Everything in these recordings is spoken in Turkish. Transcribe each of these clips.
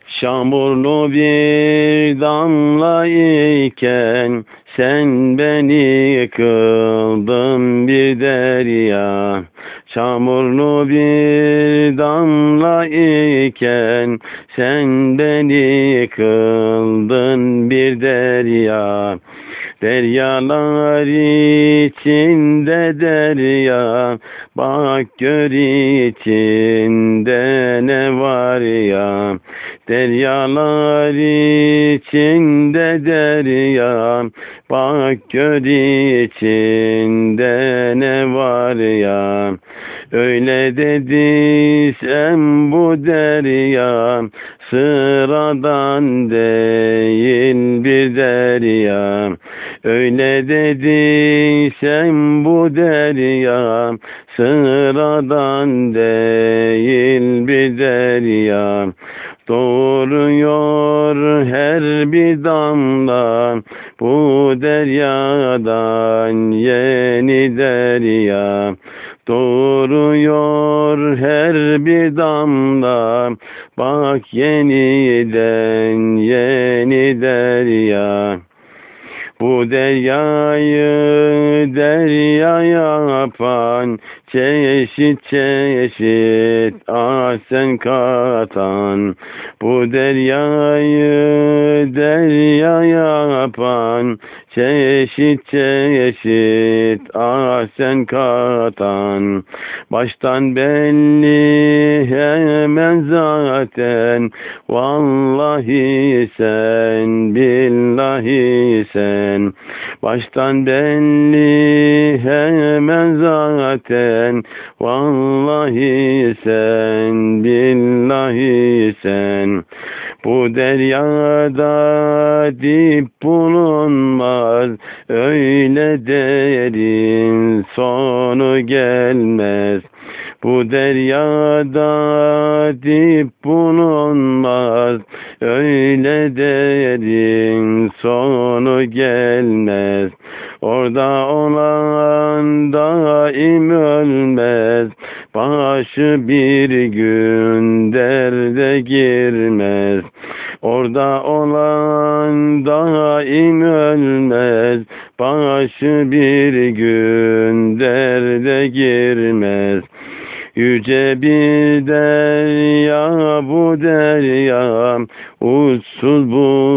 Çamurlu bir damla iken sen beni kıldın bir derya. Çamurlu bir damla iken sen beni kıldın bir derya. Deryalar içinde derya, bak gör içinde ne var ya. Deryalar içinde derya, bak gör içinde ne var ya. Öyle dediysem bu derya, sıradan değil bir derya. Öyle dediysem bu derya, sıradan değil bir derya. Doğuruyor her bir damla bu deryadan yeni derya. Doğuruyor her bir damla, bak yeniden yeni derya. Bu deryayı derya yapan, çeşit çeşit ahsen katan. Bu deryayı derya yapan, çeşit çeşit ahsen katan. Baştan belli hemen zaten, vallahi sen billahi sen. Baştan belli hemen zaten, vallahi sen billahi sen. Bu deryada dip bulunmaz, öyle derin sonu gelmez. Bu deryada dip bulunmaz, öyle derin sonu gelmez. Orada olan daim ölmez, başı bir gün derde girmez. Orada olan daim ölmez, başı bir gün derde girmez. Yüce bir derya bu derya, uçsuz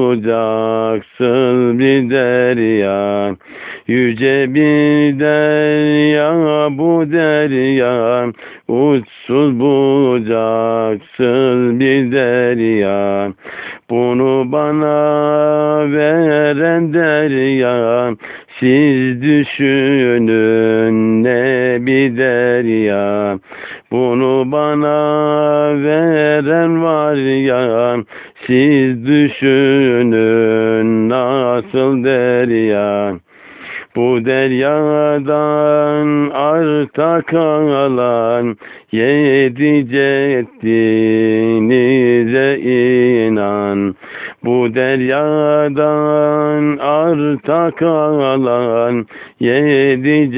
bucaksız bir derya. Yüce bir derya bu derya, uçsuz bucaksız bir derya. Bunu bana veren derya, siz düşünün ne bir derya. Bunu bana veren var ya, siz düşünün nasıl derya. Bu deryadan arta kalan, yedi ceddinize inan. Bu deryadan arta kalan, yedi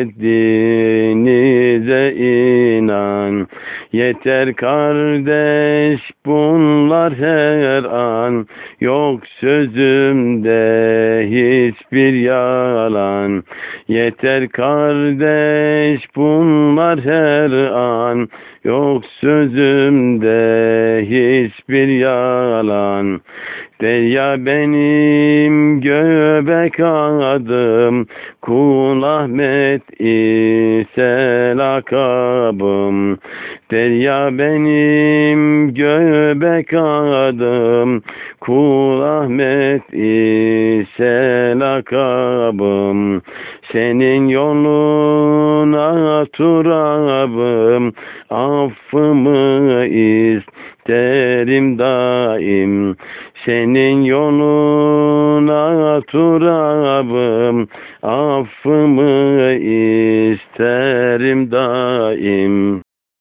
ceddinize inan. Yeter kardeş bunlar her an, yok sözümde hiçbir yalan. Yeter kardeş bunlar her an, yok sözümde hiçbir yalan. Derya benim göbek adım, Kul Ahmet ise lakabım. Derya benim göbek adım, Kul Ahmet ise lakabım. Senin yoluna turabım, affımı isterim daim. Senin yoluna turabım, affımı isterim daim.